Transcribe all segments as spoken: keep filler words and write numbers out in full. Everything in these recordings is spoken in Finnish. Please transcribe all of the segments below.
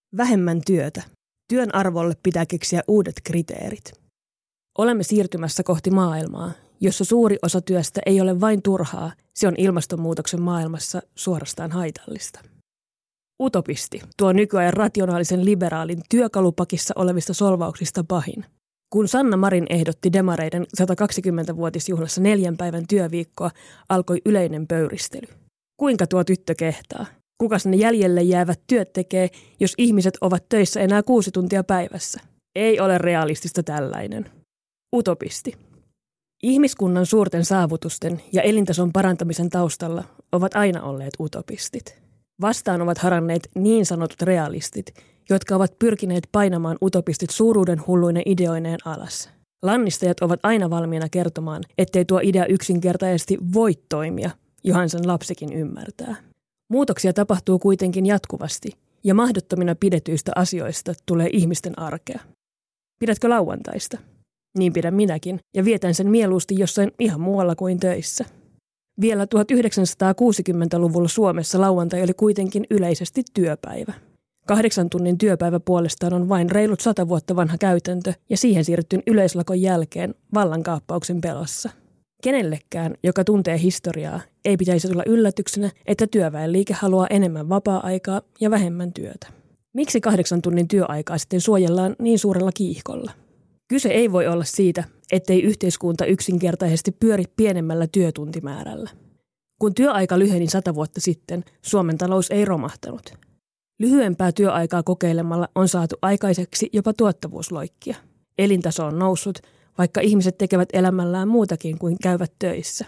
Vähemmän työtä. Työn arvolle pitää keksiä uudet kriteerit. Olemme siirtymässä kohti maailmaa, jossa suuri osa työstä ei ole vain turhaa, se on ilmastonmuutoksen maailmassa suorastaan haitallista. Utopisti, tuo nykyajan rationaalisen liberaalin työkalupakissa olevista solvauksista pahin. Kun Sanna Marin ehdotti demareiden satakaksikymmentävuotisjuhlassa neljän päivän työviikkoa, alkoi yleinen pöyristely. Kuinka tuo tyttö kehtaa? Kukas ne jäljelle jäävät työt tekee, jos ihmiset ovat töissä enää kuusi tuntia päivässä? Ei ole realistista tällainen. Utopisti. Ihmiskunnan suurten saavutusten ja elintason parantamisen taustalla ovat aina olleet utopistit. Vastaan ovat haranneet niin sanotut realistit, jotka ovat pyrkineet painamaan utopistit suuruuden hulluinen ideoineen alas. Lannistajat ovat aina valmiina kertomaan, ettei tuo idea yksinkertaisesti voi toimia, johan sen lapsikin ymmärtää. Muutoksia tapahtuu kuitenkin jatkuvasti, ja mahdottomina pidetyistä asioista tulee ihmisten arkea. Pidätkö lauantaista? Niin pidän minäkin, ja vietän sen mieluusti jossain ihan muualla kuin töissä. Vielä tuhatyhdeksänsataakuusikymmentäluvulla Suomessa lauantai oli kuitenkin yleisesti työpäivä. Kahdeksan tunnin työpäivä puolestaan on vain reilut sata vuotta vanha käytäntö, ja siihen siirryttiin yleislakon jälkeen vallankaappauksen pelossa. Kenellekään, joka tuntee historiaa, ei pitäisi tulla yllätyksenä, että työväenliike haluaa enemmän vapaa-aikaa ja vähemmän työtä. Miksi kahdeksan tunnin työaikaa sitten suojellaan niin suurella kiihkolla? Kyse ei voi olla siitä, ettei yhteiskunta yksinkertaisesti pyöri pienemmällä työtuntimäärällä. Kun työaika lyheni sata vuotta sitten, Suomen talous ei romahtanut. Lyhyempää työaikaa kokeilemalla on saatu aikaiseksi jopa tuottavuusloikkia. Elintaso on noussut, vaikka ihmiset tekevät elämällään muutakin kuin käyvät töissä.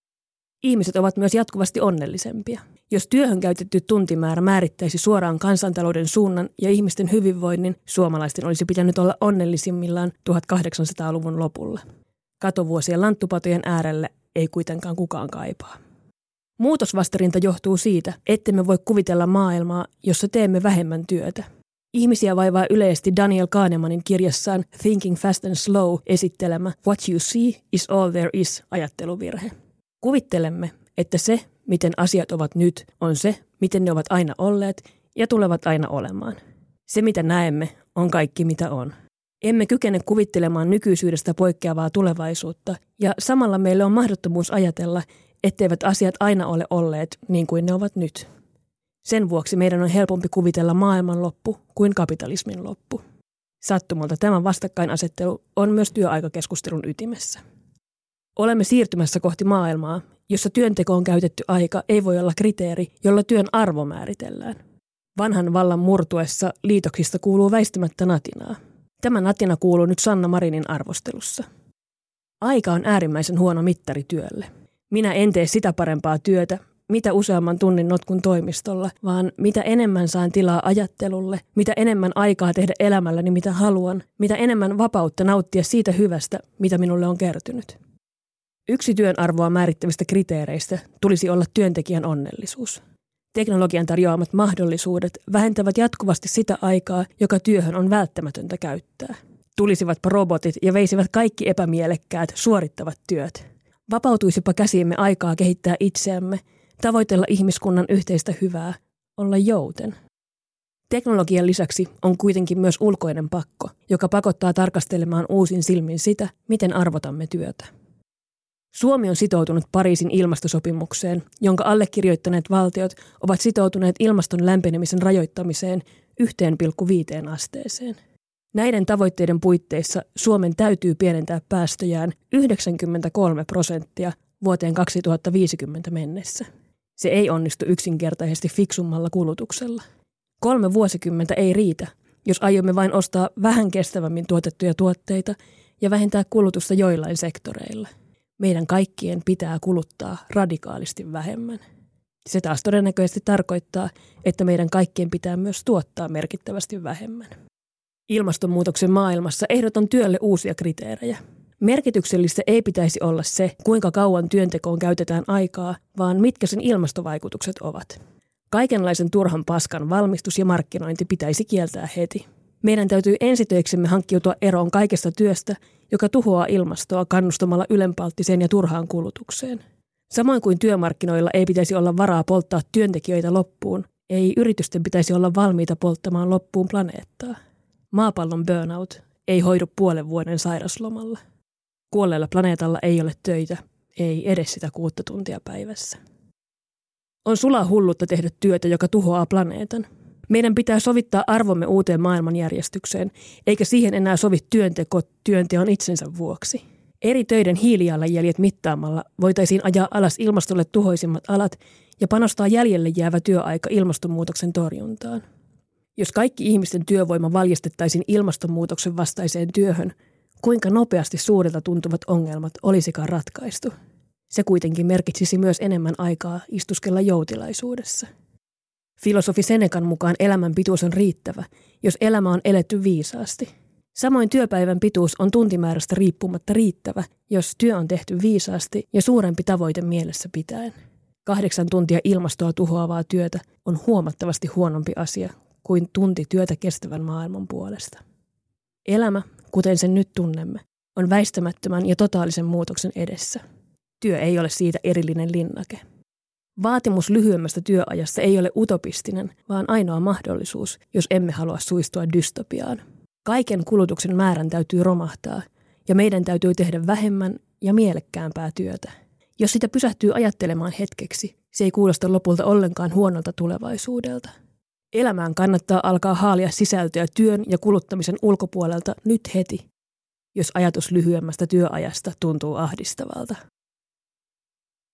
Ihmiset ovat myös jatkuvasti onnellisempia. Jos työhön käytetty tuntimäärä määrittäisi suoraan kansantalouden suunnan ja ihmisten hyvinvoinnin, suomalaisten olisi pitänyt olla onnellisimmillaan tuhatkahdeksansataaluvun lopulla. Katovuosien lanttupatojen äärelle ei kuitenkaan kukaan kaipaa. Muutosvastarinta johtuu siitä, ettemme voi kuvitella maailmaa, jossa teemme vähemmän työtä. Ihmisiä vaivaa yleisesti Daniel Kahnemanin kirjassaan Thinking Fast and Slow esittelemä What you see is all there is -ajatteluvirhe. Kuvittelemme, että se, miten asiat ovat nyt, on se, miten ne ovat aina olleet ja tulevat aina olemaan. Se, mitä näemme, on kaikki, mitä on. Emme kykene kuvittelemaan nykyisyydestä poikkeavaa tulevaisuutta, ja samalla meille on mahdottomuus ajatella, etteivät asiat aina ole olleet niin kuin ne ovat nyt. Sen vuoksi meidän on helpompi kuvitella maailmanloppu kuin kapitalismin loppu. Sattumalta tämä vastakkainasettelu on myös työaikakeskustelun ytimessä. Olemme siirtymässä kohti maailmaa, jossa työntekoon käytetty aika ei voi olla kriteeri, jolla työn arvo määritellään. Vanhan vallan murtuessa liitoksista kuuluu väistämättä natinaa. Tämä natina kuuluu nyt Sanna Marinin arvostelussa. Aika on äärimmäisen huono mittari työlle. Minä en tee sitä parempaa työtä, mitä useamman tunnin notkun toimistolla, vaan mitä enemmän saan tilaa ajattelulle, mitä enemmän aikaa tehdä elämälläni mitä haluan, mitä enemmän vapautta nauttia siitä hyvästä, mitä minulle on kertynyt. Yksi työn arvoa määrittävistä kriteereistä tulisi olla työntekijän onnellisuus. Teknologian tarjoamat mahdollisuudet vähentävät jatkuvasti sitä aikaa, joka työhön on välttämätöntä käyttää. Tulisivatpa robotit ja veisivät kaikki epämielekkäät, suorittavat työt. Vapautuisipa käsiimme aikaa kehittää itseämme, tavoitella ihmiskunnan yhteistä hyvää, olla jouten. Teknologian lisäksi on kuitenkin myös ulkoinen pakko, joka pakottaa tarkastelemaan uusin silmin sitä, miten arvotamme työtä. Suomi on sitoutunut Pariisin ilmastosopimukseen, jonka allekirjoittaneet valtiot ovat sitoutuneet ilmaston lämpenemisen rajoittamiseen yhteen pilkku viiteen asteeseen. Näiden tavoitteiden puitteissa Suomen täytyy pienentää päästöjään yhdeksänkymmentäkolme prosenttia vuoteen kaksituhattaviisikymmentä mennessä. Se ei onnistu yksinkertaisesti fiksummalla kulutuksella. Kolme vuosikymmentä ei riitä, jos aiomme vain ostaa vähän kestävämmin tuotettuja tuotteita ja vähentää kulutusta joillain sektoreilla. Meidän kaikkien pitää kuluttaa radikaalisti vähemmän. Se taas todennäköisesti tarkoittaa, että meidän kaikkien pitää myös tuottaa merkittävästi vähemmän. Ilmastonmuutoksen maailmassa ehdotan työlle uusia kriteerejä. Merkityksellistä ei pitäisi olla se, kuinka kauan työntekoon käytetään aikaa, vaan mitkä sen ilmastovaikutukset ovat. Kaikenlaisen turhan paskan valmistus ja markkinointi pitäisi kieltää heti. Meidän täytyy ensitöiksemme hankkiutua eroon kaikesta työstä, joka tuhoaa ilmastoa kannustamalla ylenpalttiseen ja turhaan kulutukseen. Samoin kuin työmarkkinoilla ei pitäisi olla varaa polttaa työntekijöitä loppuun, Ei yritysten pitäisi olla valmiita polttamaan loppuun planeettaa. Maapallon burnout ei hoidu puolen vuoden sairaslomalla. Kuolleella planeetalla ei ole töitä, ei edes sitä kuutta tuntia päivässä. On sulaa hullutta tehdä työtä, joka tuhoaa planeetan. Meidän pitää sovittaa arvomme uuteen maailmanjärjestykseen, eikä siihen enää sovi työnteko työnteon itsensä vuoksi. Eri töiden hiilijalanjäljet mittaamalla voitaisiin ajaa alas ilmastolle tuhoisimmat alat ja panostaa jäljelle jäävä työaika ilmastonmuutoksen torjuntaan. Jos kaikki ihmisten työvoima valjastettaisiin ilmastonmuutoksen vastaiseen työhön, kuinka nopeasti suurilta tuntuvat ongelmat olisikaan ratkaistu? Se kuitenkin merkitsisi myös enemmän aikaa istuskella joutilaisuudessa. Filosofi Senecan mukaan elämän pituus on riittävä, jos elämä on eletty viisaasti. Samoin työpäivän pituus on tuntimäärästä riippumatta riittävä, jos työ on tehty viisaasti ja suurempi tavoite mielessä pitäen. Kahdeksan tuntia ilmastoa tuhoavaa työtä on huomattavasti huonompi asia kuin tunti työtä kestävän maailman puolesta. Elämä, kuten sen nyt tunnemme, on väistämättömän ja totaalisen muutoksen edessä. Työ ei ole siitä erillinen linnake. Vaatimus lyhyemmästä työajasta ei ole utopistinen, vaan ainoa mahdollisuus, jos emme halua suistua dystopiaan. Kaiken kulutuksen määrän täytyy romahtaa, ja meidän täytyy tehdä vähemmän ja mielekkäämpää työtä. Jos sitä pysähtyy ajattelemaan hetkeksi, se ei kuulosta lopulta ollenkaan huonolta tulevaisuudelta. Elämään kannattaa alkaa haalia sisältöä työn ja kuluttamisen ulkopuolelta nyt heti, jos ajatus lyhyemmästä työajasta tuntuu ahdistavalta.